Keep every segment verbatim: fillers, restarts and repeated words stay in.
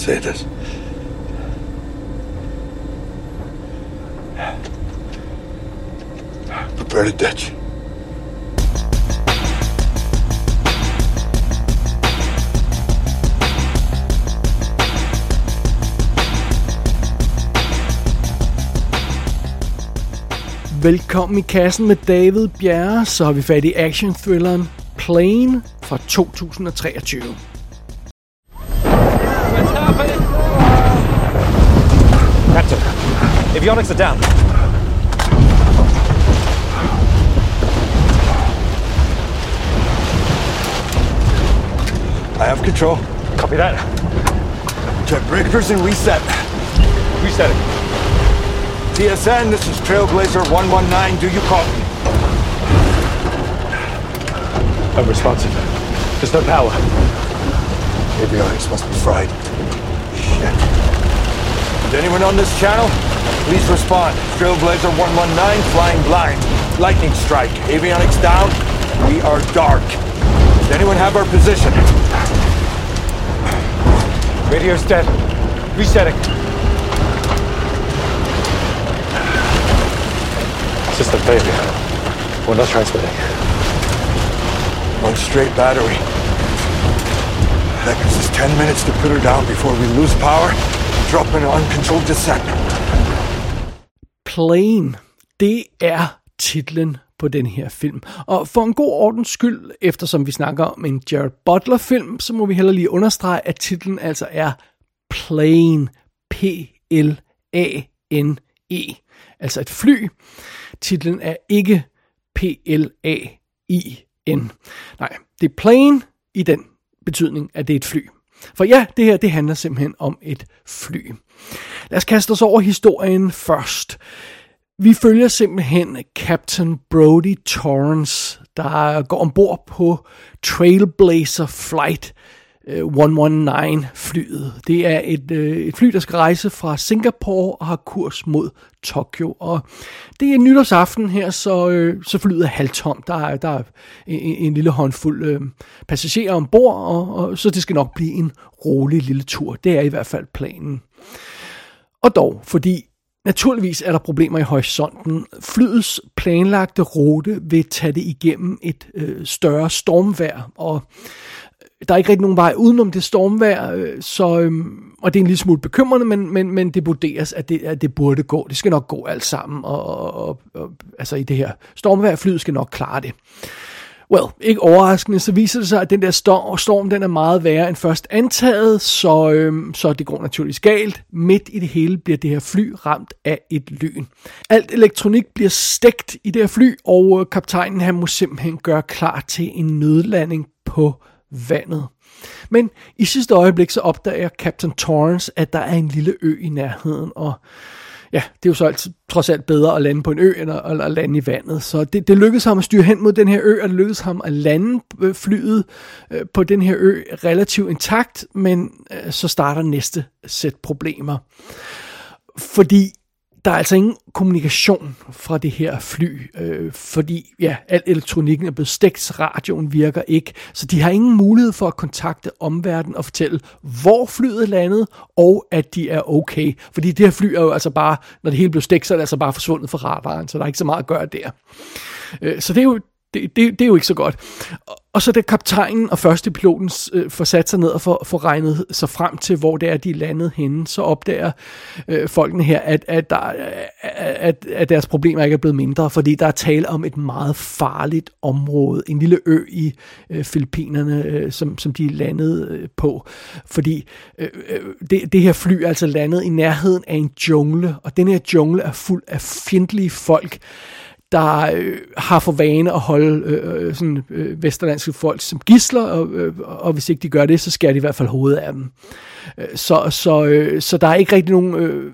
say this. Prepare to ditch. Velkommen i kassen med David Bjerre, så har vi fat i action-thrilleren Plane fra to tusind og treogtyve. Captain, avionics are down. I have control. Copy that. Jet breakers and reset. Resetting. T S N, this is Trailblazer one one nine. Do you copy? Unresponsive. There's no power. Avionics must be fried. Shit. Is anyone on this channel? Please respond. Trailblazer one one nine, flying blind. Lightning strike. Avionics down. We are dark. Does anyone have our position? Radio's dead. Resetting. System failure. We're not transmitting. One straight battery. That gives us ten minutes to put her down before we lose power and drop in an uncontrolled descent. Plane, det er titlen på den her film. Og for en god ordens skyld, eftersom vi snakker om en Jared Butler-film, så må vi heller lige understrege, at titlen altså er Plane. P L A N E. Altså et fly. Titlen er ikke P L A I N. Nej, det er Plane i den betydning, at det er et fly. For ja, det her, det handler simpelthen om et fly. Lad os kaste os over historien først. Vi følger simpelthen Captain Brodie Torrance, der går ombord på Trailblazer Flight et et ni flyet. Det er et, et fly, der skal rejse fra Singapore og har kurs mod Tokyo. Og det er nytårsaften her, så, så flyet er halvtomt. Der er, der er en, en lille håndfuld øh, passagerer ombord, og, og så det skal nok blive en rolig lille tur. Det er i hvert fald planen. Og dog, fordi naturligvis er der problemer i horisonten. Flyets planlagte rute vil tage det igennem et øh, større stormvejr, og der er ikke rigtig nogen vej udenom det stormvejr, øh, så, øh, og det er en lille smule bekymrende, men, men, men det vurderes, at det, at det burde gå. Det skal nok gå alt sammen, og, og, og, og altså i det her stormvejr, flyet skal nok klare det. Well, ikke overraskende, så viser det sig, at den der storm, storm den er meget værre end først antaget, så, øhm, så det går naturligvis galt. Midt i det hele bliver det her fly ramt af et lyn. Alt elektronik bliver stegt i det her fly, og øh, kaptajnen han må simpelthen gøre klar til en nødlanding på vandet. Men i sidste øjeblik så opdager Captain Torrance, at der er en lille ø i nærheden, og ja, det er jo så altid, trods alt bedre at lande på en ø, end at, at lande i vandet. Så det, det lykkedes ham at styre hen mod den her ø, og det lykkedes ham at lande flyet øh, på den her ø relativt intakt, men øh, så starter næste sæt problemer. Fordi der er altså ingen kommunikation fra det her fly, øh, fordi ja, al elektronikken er blevet stegt, radioen virker ikke, så de har ingen mulighed for at kontakte omverdenen og fortælle, hvor flyet er landet, og at de er okay. Fordi det her fly er jo altså bare, når det hele blev stegt, så er det altså bare forsvundet fra radaren, så der er ikke så meget at gøre der. Øh, så det er jo Det, det, det er jo ikke så godt. Og så da kaptajnen og første piloten øh, får sat sig ned og får, får regnet sig frem til, hvor det er, de er landet henne, så opdager øh, folkene her, at, at, der, at, at deres problemer ikke er blevet mindre, fordi der er tale om et meget farligt område, en lille ø i øh, Filippinerne, øh, som, som de er landet øh, på. Fordi øh, det, det her fly er altså landet i nærheden af en jungle, og den her jungle er fuld af fjendtlige folk, der øh, har for vane at holde øh, sådan, øh, vesterlandske folk som gidsler, og, øh, og hvis ikke de gør det, så skærer de i hvert fald hovedet af dem. Så, så, øh, så der er ikke rigtig nogen øh,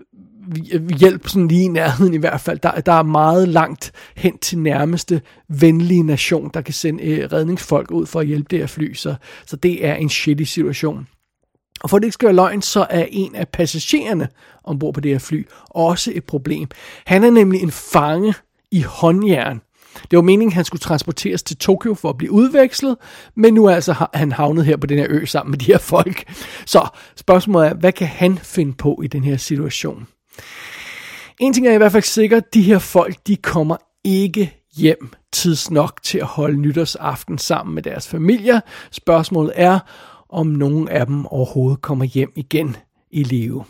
hjælp sådan lige i nærheden i hvert fald. Der, der er meget langt hen til nærmeste venlige nation, der kan sende øh, redningsfolk ud for at hjælpe det her fly, så, så det er en shitty situation. Og for at det ikke skal være løgn, så er en af passagererne ombord på det her fly også et problem. Han er nemlig en fange i håndjern. Det var meningen, at han skulle transporteres til Tokyo for at blive udvekslet, men nu er altså han havnet her på den her ø sammen med de her folk. Så spørgsmålet er, hvad kan han finde på i den her situation? En ting er i hvert fald sikkert, de her folk, de kommer ikke hjem tids nok til at holde nytårsaften sammen med deres familier. Spørgsmålet er, om nogen af dem overhovedet kommer hjem igen i live.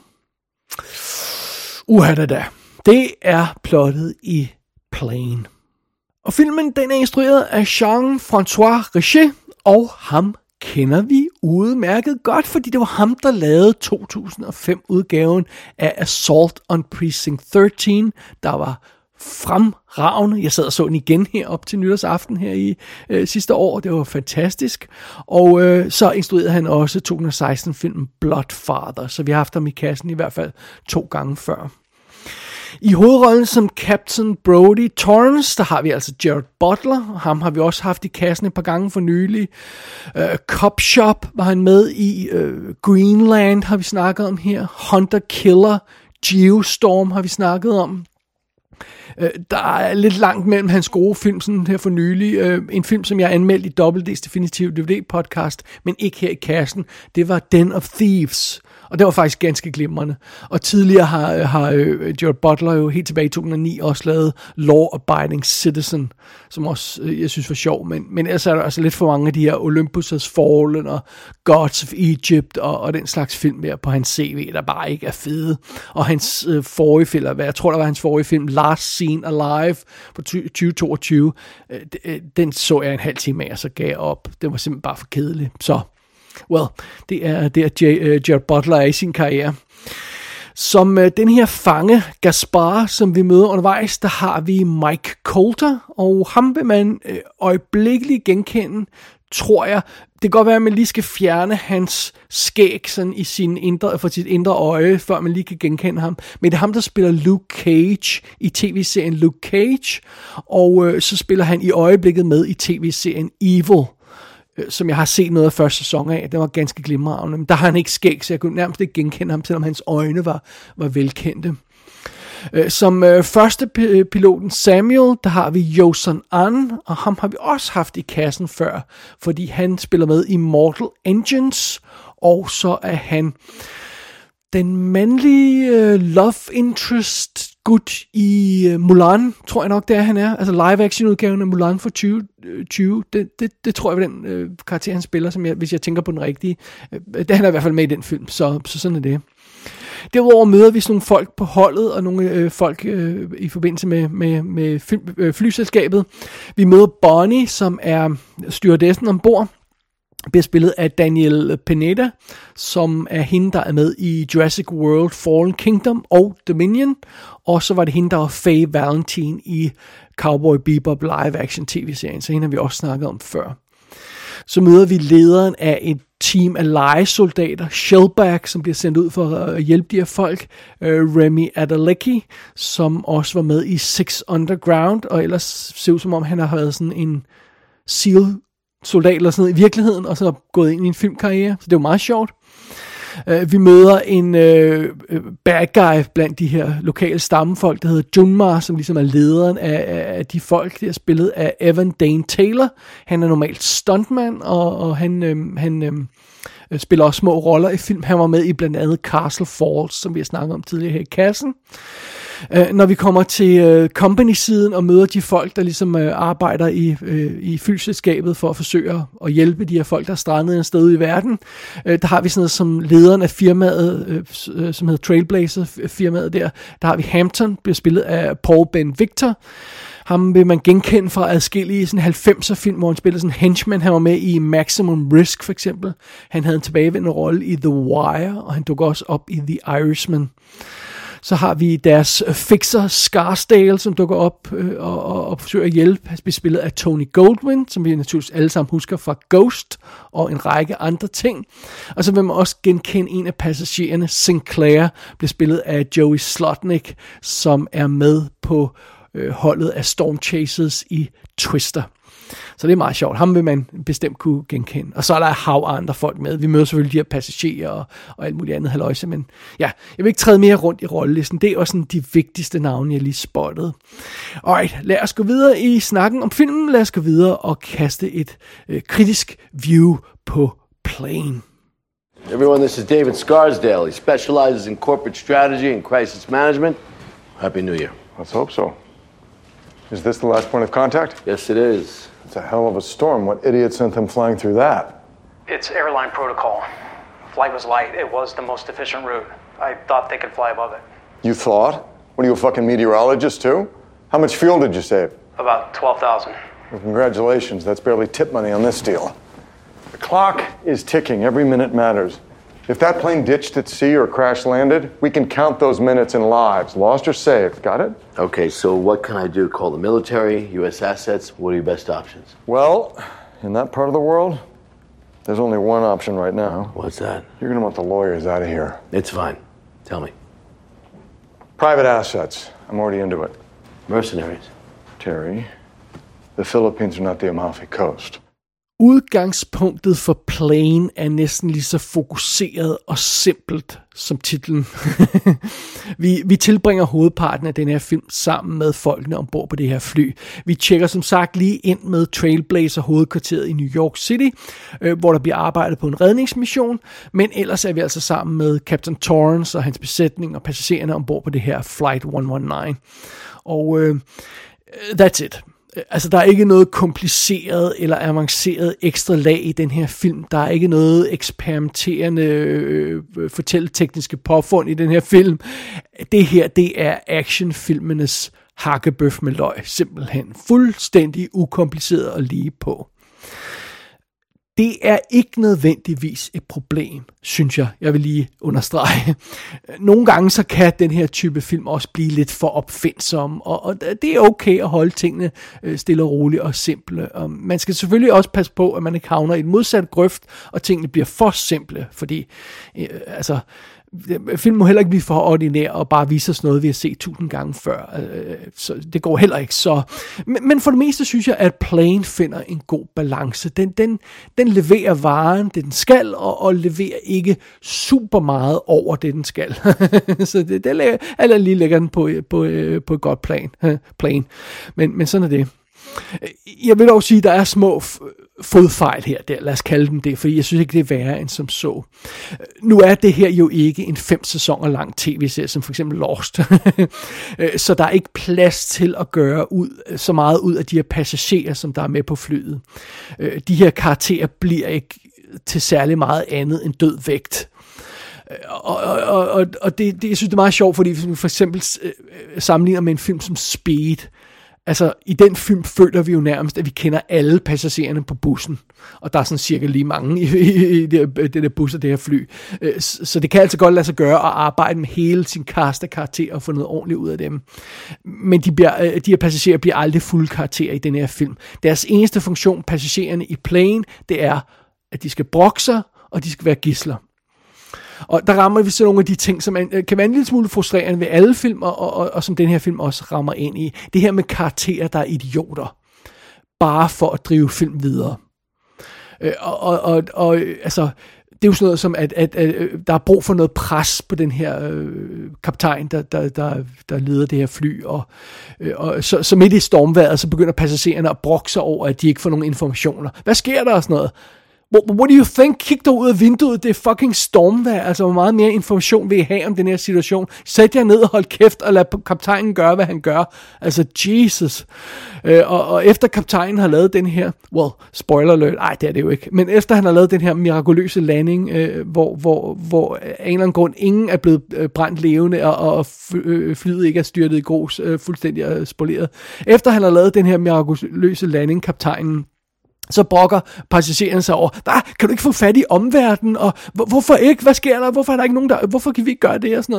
Uha da da. Det er plottet i Plane. Og filmen, den er instrueret af Jean-François Richet, og ham kender vi udmærket godt, fordi det var ham, der lavede to tusind og fem udgaven af Assault on Precinct tretten, der var fremragende. Jeg sad og så den igen her op til nytårsaften her i øh, sidste år. Det var fantastisk. Og øh, så instruerede han også to tusind og seksten filmen Bloodfather, så vi har haft ham i kassen i hvert fald to gange før. I hovedrollen som Captain Brody Torrance, der har vi altså Jared Butler. Ham har vi også haft i kassen et par gange for nylig. Uh, Cop Shop var han med i. Uh, Greenland har vi snakket om her. Hunter Killer. Geostorm har vi snakket om. Uh, der er lidt langt mellem hans gode film sådan her for nylig. Uh, en film, som jeg anmeldte i W D's Definitive D V D-podcast, men ikke her i kassen. Det var Den of Thieves. Og det var faktisk ganske glimrende. Og tidligere har, har uh, Jared Butler jo helt tilbage i to tusind og ni også lavet Law Abiding Citizen, som også uh, jeg synes var sjov. Men, men ellers er der altså lidt for mange af de her Olympus Has Fallen og Gods of Egypt og, og den slags film der på hans C V, der bare ikke er fede. Og hans uh, forrige film, hvad jeg tror der var hans forrige film, Last Seen Alive fra tyve toogtyve, uh, den så jeg en halv time af, og så gav jeg op. Det var simpelthen bare for kedeligt. Så well, det er det er J- uh, Jared Butler er i sin karriere. Som uh, den her fange, Gaspar, som vi møder undervejs, der har vi Mike Colter, og ham vil man uh, øjeblikkeligt genkende, tror jeg. Det kan godt være, at man lige skal fjerne hans skæg sådan i sin indre, for sit indre øje, før man lige kan genkende ham. Men det er ham, der spiller Luke Cage i tv-serien Luke Cage, og uh, så spiller han i øjeblikket med i tv-serien Evil, som jeg har set noget af første sæson af. Det var ganske glimrende, men der har han ikke skæg, så jeg kunne nærmest ikke genkende ham, selvom hans øjne var, var velkendte. Som øh, første p- piloten Samuel, der har vi Yoson An, og ham har vi også haft i kassen før, fordi han spiller med i Mortal Engines, og så er han den mandlige øh, love interest gut i øh, Mulan, tror jeg nok det er, han er. Altså live-action udgaven af Mulan fra tyve tyve, det, det, det tror jeg var den øh, karakter, han spiller, som jeg, hvis jeg tænker på den rigtige. Øh, det han er i hvert fald med i den film, så, så sådan er det. Derudover møder vi sådan nogle folk på holdet, og nogle øh, folk øh, i forbindelse med, med, med film, øh, flyselskabet. Vi møder Bonnie, som er stewardessen ombord. Bliver spillet af Daniel Pineda, som er hende, der er med i Jurassic World Fallen Kingdom og Dominion. Og så var det hende, der var Faye Valentine i Cowboy Bebop live-action tv-serien, så hende har vi også snakket om før. Så møder vi lederen af et team af lejesoldater, Shellback, som bliver sendt ud for at hjælpe de her folk, uh, Remy Adalecki, som også var med i Six Underground, og ellers ser ud som om, han har været sådan en SEAL soldat eller sådan noget i virkeligheden, og så er gået ind i en filmkarriere, så det er jo meget sjovt. Uh, vi møder en uh, bad guy blandt de her lokale stammefolk, der hedder Junmar, som ligesom er lederen af, af de folk, der er spillet af Evan Dane Taylor. Han er normalt stuntman, og, og han, øhm, han øhm, spiller også små roller i film. Han var med i blandt andet Castle Falls, som vi har snakket om tidligere her i kassen. Uh, når vi kommer til uh, company-siden og møder de folk, der ligesom uh, arbejder i, uh, i flyselskabet for at forsøge at hjælpe de her folk, der er strandet et sted ude i verden, uh, der har vi sådan noget som lederen af firmaet, uh, som hedder Trailblazer-firmaet der. Der har vi Hampton, bliver spillet af Paul Ben Victor. Ham vil man genkende fra adskillige sådan halvfemser film, hvor han spillede sådan en henchman. Han var med i Maximum Risk for eksempel. Han havde en tilbagevendende rolle i The Wire, og han dukker også op i The Irishman. Så har vi deres fixer Scarsdale, som dukker op øh, og, og, og forsøger at hjælpe. Han bliver spillet af Tony Goldwyn, som vi naturligvis alle sammen husker fra Ghost og en række andre ting. Og så vil man også genkende en af passagererne, Sinclair, bliver spillet af Joey Slotnick, som er med på øh, holdet af Storm Chasers i Twister. Så det er meget sjovt. Ham vil man bestemt kunne genkende. Og så er der hav andre folk med. Vi møder selvfølgelig de her passagerer og, og alt muligt andet halløjse, men ja, jeg vil ikke træde mere rundt i rollelisten. Det er også sådan de vigtigste navne, jeg lige spottede. Alright, lad os gå videre i snakken om filmen. Lad os gå videre og kaste et øh, kritisk view på Plane. Everyone, this is David Scarsdale. He specializes in corporate strategy and crisis management. Happy New Year. Let's hope so. Is this the last point of contact? Yes, it is. It's a hell of a storm. What idiot sent them flying through that? It's airline protocol. Flight was light. It was the most efficient route. I thought they could fly above it. You thought? What are you, a fucking meteorologist too? How much fuel did you save? About twelve thousand. Well, congratulations. That's barely tip money on this deal. The clock is ticking. Every minute matters. If that plane ditched at sea or crash landed, we can count those minutes in lives, lost or saved. Got it? Okay, so what can I do? Call the military, U S assets? What are your best options? Well, in that part of the world, there's only one option right now. What's that? You're gonna want the lawyers out of here. It's fine. Tell me. Private assets. I'm already into it. Mercenaries. Terry, the Philippines are not the Amalfi Coast. Udgangspunktet for Plane er næsten lige så fokuseret og simpelt som titlen. vi, vi tilbringer hovedparten af den her film sammen med folkene ombord på det her fly. Vi tjekker som sagt lige ind med Trailblazer hovedkvarteret i New York City, øh, hvor der bliver arbejdet på en redningsmission, men ellers er vi altså sammen med Captain Torrance og hans besætning og passagererne ombord på det her Flight et et ni. Og øh, that's it. Altså, der er ikke noget kompliceret eller avanceret ekstra lag i den her film. Der er ikke noget eksperimenterende øh, fortælletekniske påfund i den her film. Det her, det er actionfilmenes hakkebøf med løg. Simpelthen fuldstændig ukompliceret og lige på. Det er ikke nødvendigvis et problem, synes jeg. Jeg vil lige understrege. Nogle gange så kan den her type film også blive lidt for opfindsom, og, og det er okay at holde tingene stille og roligt og simple. Og man skal selvfølgelig også passe på, at man ikke havner i en modsat grøft, og tingene bliver for simple, fordi øh, altså... Film må heller ikke blive for ordinær og bare vise os noget, vi har set tusind gange før. Så det går heller ikke så. Men for det meste synes jeg, at Plane finder en god balance. Den, den, den leverer varen, det den skal, og, og leverer ikke super meget over det, den skal. Så det, det eller lige lægger den på, på, på et godt plan. Plane. Men, men sådan er det. Jeg vil dog sige, at der er små fodfejl her, der. Lad os kalde dem det, fordi jeg synes ikke, det er værre end som så. Nu er det her jo ikke en fem sæsoner lang tv-serie, som for eksempel Lost. Så der er ikke plads til at gøre ud, så meget ud af de her passagerer, som der er med på flyet. De her karakterer bliver ikke til særlig meget andet end død vægt. Og, og, og, og det, det, jeg synes, det er meget sjovt, fordi vi for eksempel sammenligner med en film som Speed. Altså, i den film føler vi jo nærmest, at vi kender alle passagererne på bussen. Og der er sådan cirka lige mange i, i, i det, det der bus og det her fly. Så det kan altså godt lade sig gøre at arbejde med hele sin cast af karakterer og få noget ordentligt ud af dem. Men de, bliver, de her passagerer bliver aldrig fulde karakterer i den her film. Deres eneste funktion, passagererne i Plane, det er, at de skal brokke sig, og de skal være gidsler. Og der rammer vi så nogle af de ting, som kan være en lille smule frustrerende ved alle film, og, og, og, og som den her film også rammer ind i. Det her med karakterer, der er idioter. Bare for at drive film videre. Og, og, og, og altså, det er jo sådan noget som, at, at, at der er brug for noget pres på den her øh, kaptajn, der, der, der, der leder det her fly. Og, øh, og så, så midt i stormvejret, så begynder passagererne at brokke sig over, at de ikke får nogen informationer. Hvad sker der og sådan noget? What, what do you think? Kig dig ud af vinduet, det er fucking stormvejr. Altså, hvor meget mere information vil I have om den her situation? Sæt jer ned og hold kæft, og lad kaptajnen gøre, hvad han gør. Altså, Jesus. Øh, og, og efter kaptajnen har lavet den her, well, spoiler alert, ej, det er det jo ikke, men efter han har lavet den her mirakuløse landing, øh, hvor, hvor, hvor af en eller anden grund ingen er blevet øh, brændt levende, og, og flyet ikke er styrtet i grus, øh, fuldstændig øh, spoleret. Efter han har lavet den her mirakuløse landing, kaptajnen, så brokker passagererne sig over, der kan du ikke få fat i omverdenen, og hvor, hvorfor ikke, hvad sker der, hvorfor er der ikke nogen der, hvorfor kan vi ikke gøre det, og sådan noget.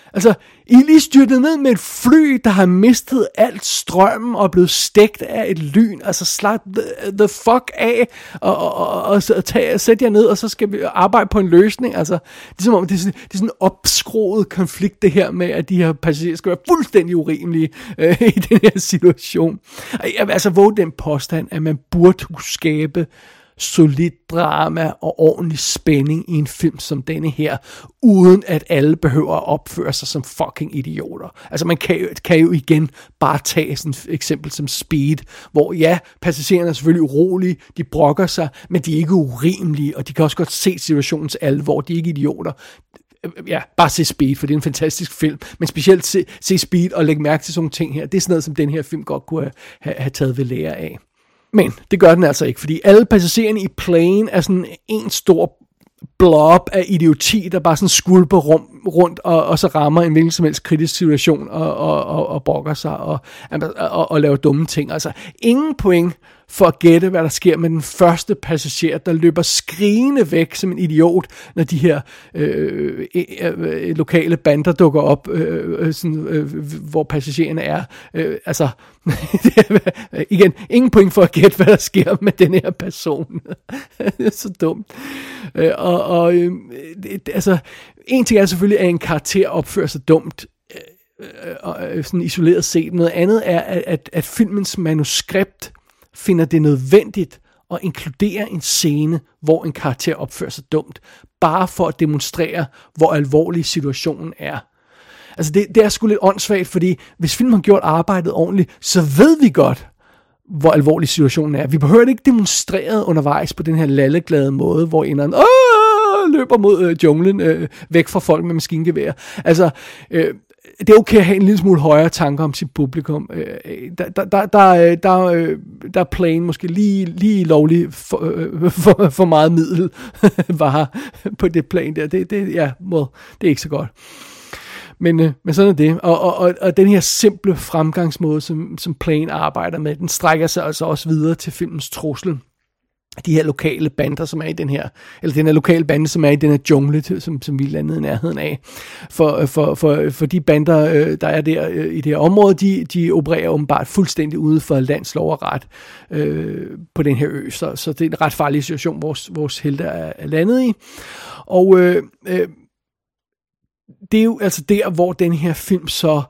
Altså, I er lige styrtet ned med et fly, der har mistet alt strømmen og er blevet stegt af et lyn. Altså, slap the, the fuck af og, og, og, og, og tage, sæt jer ned, og så skal vi arbejde på en løsning. Altså, det er som om, det er sådan, det er sådan en opskroet konflikt, det her med, at de her passagerer skal være fuldstændig urimelige øh, i den her situation. Jeg vil altså våge den påstand, at man burde kunne skabe solid drama og ordentlig spænding i en film som denne her, uden at alle behøver at opføre sig som fucking idioter. Altså man kan jo, kan jo igen bare tage sådan et eksempel som Speed, hvor ja, passagererne er selvfølgelig urolige, de brokker sig, men de er ikke urimelige, og de kan også godt se situationens alvor, de er ikke idioter. Ja, bare se Speed, for det er en fantastisk film, men specielt se, se Speed og lægge mærke til sådan nogle ting her, det er sådan noget, som den her film godt kunne have, have taget ved lære af. Men det gør den altså ikke, fordi alle passagererne i Plane er sådan en stor blob af idioti, der bare sådan skvulper rum, rundt og, og så rammer en hvilken som helst kritisk situation og, og, og, og brokker sig og, og, og laver dumme ting. Altså ingen point for at gætte, hvad der sker med den første passager, der løber skrigende væk som en idiot, når de her øh, øh, lokale bander dukker op, øh, sådan, øh, hvor passagererne er. Øh, altså, igen, ingen point for at gætte, hvad der sker med den her person. Det er så dumt. Øh, og og øh, det, altså, en ting er selvfølgelig, at en karakter opfører sig dumt, øh, øh, sådan isoleret set. Noget andet er, at, at, at filmens manuskript finder det nødvendigt at inkludere en scene, hvor en karakter opfører sig dumt, bare for at demonstrere, hvor alvorlig situationen er. Altså det, det er sgu lidt åndssvagt, fordi hvis filmen har gjort arbejdet ordentligt, så ved vi godt, hvor alvorlig situationen er. Vi behøver det ikke demonstreret undervejs på den her lalleglade måde, hvor en eller anden løber mod øh, junglen, øh, væk fra folk med maskingevær. Altså, øh, det er okay at have en lille smule højere tanker om sit publikum. Der, der, der, der, der, der er Plane måske lige, lige lovligt for, for, for meget middel var på det plan der. Det, det, ja, well, det er ikke så godt. Men, men sådan er det. Og, og, og, og den her simple fremgangsmåde, som, som Plane arbejder med, den strækker sig altså også videre til filmens trussel. De her lokale bander, som er i den her, eller den her lokale bande, som er i den her jungle, som, som vi landede i nærheden af. For, for, for, for de bander, øh, der er der øh, i det her område, de, de opererer åbenbart fuldstændig ude for landslov og ret øh, på den her ø. Så, så det er en ret farlig situation, vores, vores helte er, er landet i. Og øh, øh, det er jo altså der, hvor den her film så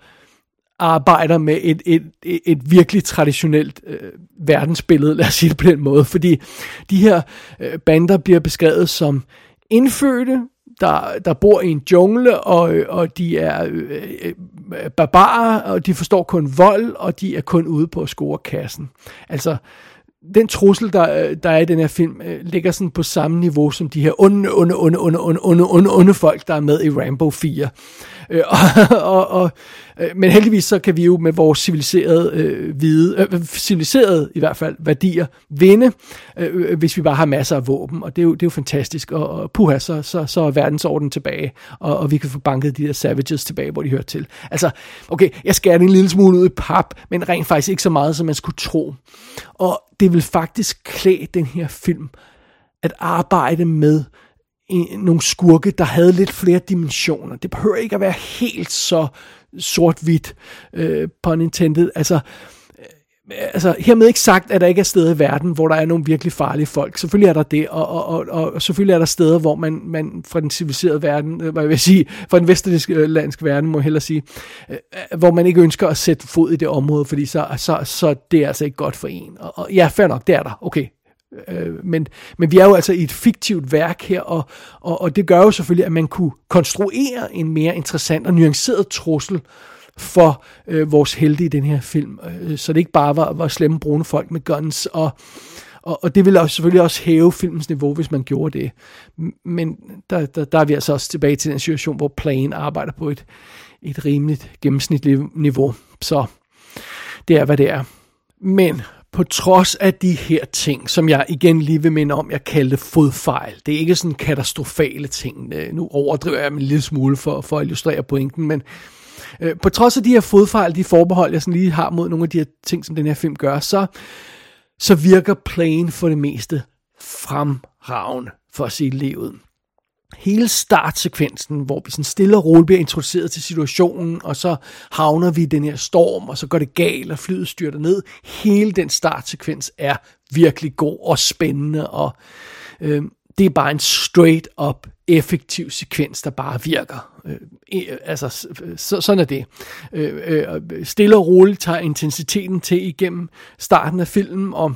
arbejder med et, et, et, et virkelig traditionelt øh, verdensbillede, lad os sige det på den måde, fordi de her øh, bander bliver beskrevet som indfødte, der, der bor i en jungle, og, og de er øh, øh, barbarer, og de forstår kun vold, og de er kun ude på at score kassen. Altså, den trussel, der, der er i den her film, øh, ligger sådan på samme niveau som de her onde, onde, onde, onde, onde, onde, onde, onde folk, der er med i Rambo fire. Øh, og, og, og, øh, men heldigvis så kan vi jo med vores civiliserede, øh, hvide, øh, civiliserede i hvert fald værdier vinde, øh, hvis vi bare har masser af våben, og det er jo, det er jo fantastisk, og, og puha, så, så, så er verdensordenen tilbage, og, og vi kan få banket de der savages tilbage, hvor de hører til. Altså, okay, jeg skærer en lille smule ud i pap, men rent faktisk ikke så meget, som man skulle tro. Og det vil faktisk klæde den her film at arbejde med nogle skurke, der havde lidt flere dimensioner. Det behøver ikke at være helt så sort-hvidt, øh, pun intended. Altså, øh, altså, hermed ikke sagt, at der ikke er steder i verden, hvor der er nogle virkelig farlige folk. Selvfølgelig er der det, og, og, og, og selvfølgelig er der steder, hvor man, man fra den civiliserede verden, hvad jeg vil sige, fra den vestlandske verden, må jeg hellere sige, øh, hvor man ikke ønsker at sætte fod i det område, fordi så, så, så det er altså ikke godt for en. Og, og ja, fair nok, det er der. Okay. Men, men vi er jo altså i et fiktivt værk her, og, og, og det gør jo selvfølgelig, at man kunne konstruere en mere interessant og nuanceret trussel for øh, vores helte i den her film, øh, så det ikke bare var, var slemme brune folk med guns, og, og, og det ville også, selvfølgelig også hæve filmens niveau, hvis man gjorde det. Men der, der, der er vi altså også tilbage til den situation, hvor Plane arbejder på et, et rimeligt gennemsnitligt niveau, så det er, hvad det er. Men på trods af de her ting, som jeg igen lige vil minde om, jeg kaldte fodfejl. Det er ikke sådan katastrofale ting. Nu overdriver jeg mig en lille smule for, for at illustrere pointen, men øh, på trods af de her fodfejl, de forbehold, jeg sådan lige har mod nogle af de her ting, som den her film gør, så, så virker Plane for det meste fremragende, for at sige livet. hele startsekvensen, hvor vi sådan stille og roligt bliver introduceret til situationen, og så havner vi i den her storm, og så går det galt, og flyet styrter ned. Hele den startsekvens er virkelig god og spændende, og øh, det er bare en straight up effektiv sekvens, der bare virker. Øh, altså, så, sådan er det. Øh, øh, stille og roligt tager intensiteten til igennem starten af filmen, og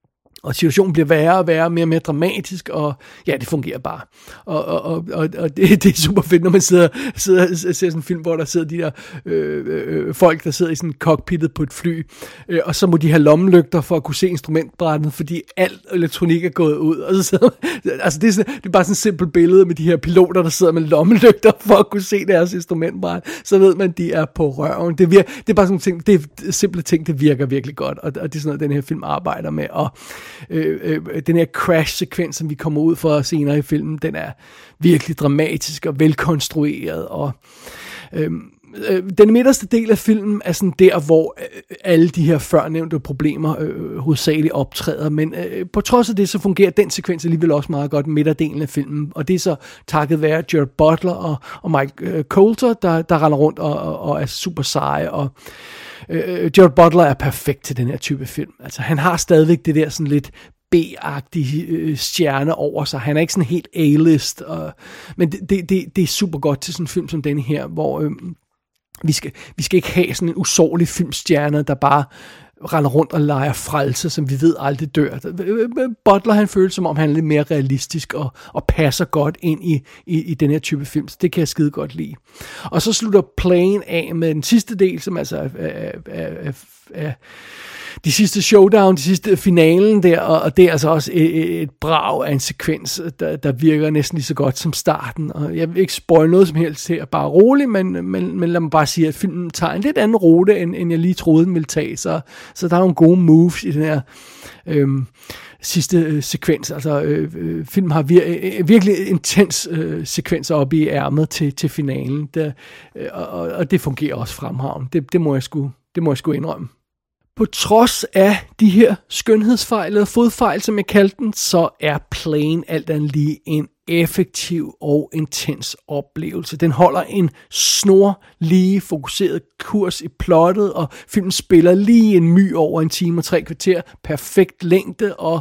Og situationen bliver værre og værre, mere og mere dramatisk, og ja, det fungerer bare. Og, og, og, og det, det er super fedt, når man sidder, sidder og ser sådan en film, hvor der sidder de der øh, øh, folk, der sidder i sådan cockpittet på et fly, øh, og så må de have lommelygter for at kunne se instrumentbrættet, fordi alt elektronik er gået ud. Og så sidder, altså det, er sådan, det er bare sådan et simpelt billede med de her piloter, der sidder med lommelygter for at kunne se deres instrumentbræt. Så ved man, de er på røven. Det, virker, det er bare sådan ting, det er simple ting, det virker virkelig godt, og, og det er sådan noget, den her film arbejder med. Og Øh, øh, den her crash-sekvens, som vi kommer ud for senere i filmen, den er virkelig dramatisk og velkonstrueret, og øh, øh, den midterste del af filmen er sådan der, hvor øh, alle de her førnævnte problemer øh, hovedsageligt optræder, men øh, på trods af det, så fungerer den sekvens alligevel også meget godt midterdelen af filmen, og det er så takket være Gerard Butler og, og Mike øh, Colter, der, der render rundt og, og, og er super seje, og Uh, Gerard Butler er perfekt til den her type film. Altså, han har stadigvæk det der sådan lidt B-agtige uh, stjerne over sig. Han er ikke sådan helt A-list, uh, men det, det, det, det er super godt til sådan en film som denne her, hvor uh, vi, skal, vi skal ikke have sådan en usårlig filmstjerne, der bare render rundt og leger frelse, som vi ved aldrig dør. Butler, han føles som om, han er lidt mere realistisk og, og passer godt ind i, i, i den her type film, så det kan jeg skide godt lide. Og så slutter Plane af med den sidste del, som altså er, er, er, er, er de sidste showdown, de sidste finalen der, og det er altså også et, et brag af en sekvens, der, der virker næsten lige så godt som starten, og jeg vil ikke spoil noget som helst her, bare roligt, men, men, men lad mig bare sige, at filmen tager en lidt anden rute, end, end jeg lige troede, den ville tage, så, så der er nogle gode moves i den her øhm, sidste øh, sekvens, altså øh, øh, filmen har vir- øh, virkelig intens øh, sekvenser oppe i ærmet til, til finalen, der, øh, og, og det fungerer også fremragende, det, det må jeg sgu, det må jeg sgu indrømme. På trods af de her skønhedsfejl eller fodfejl, som jeg kaldte den, så er Plane alt andet lige en effektiv og intens oplevelse. Den holder en snor lige fokuseret kurs i plottet, og filmen spiller lige en my over en time og tre kvarter. Perfekt længde, og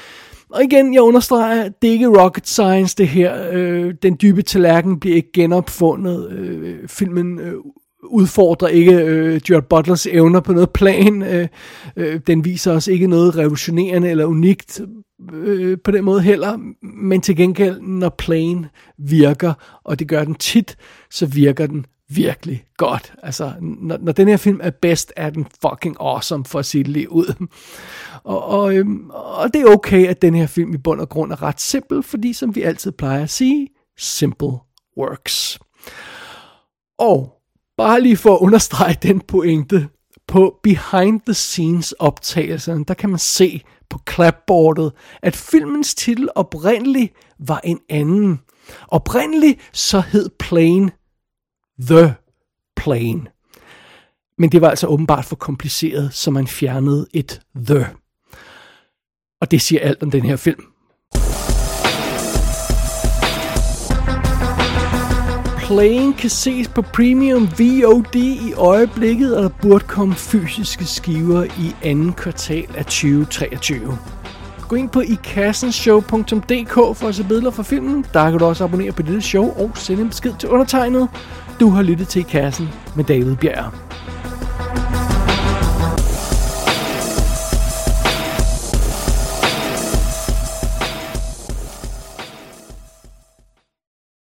Og igen, jeg understreger, det er ikke rocket science, det her. Øh, den dybe tallerken bliver ikke genopfundet. Øh, filmen øh, udfordrer ikke øh, Gerard Butlers evner på noget plan. Øh, øh, den viser os ikke noget revolutionerende eller unikt øh, på den måde heller. Men til gengæld, når Plane virker, og det gør den tit, så virker den virkelig godt. Altså, når, når den her film er bedst, er den fucking awesome, for at sige det lige ud. Og, og, øhm, og det er okay, at den her film i bund og grund er ret simpel, fordi som vi altid plejer at sige, simple works. Og bare lige for at understrege den pointe, på behind the scenes optagelserne, der kan man se på clapboardet, at filmens titel oprindeligt var en anden. Oprindeligt så hed Plane The Plane. Men det var altså åbenbart for kompliceret, så man fjernede et The. Og det siger alt om den her film. Plane kan ses på Premium V O D i øjeblikket, og der burde komme fysiske skiver i anden kvartal af tyve treogtyve. Gå ind på i kassen show punktum d k for at se billeder fra filmen. Der kan du også abonnere på dette show og sende en besked til undertegnet. Du har lyttet til I Kassen med David Bjerg.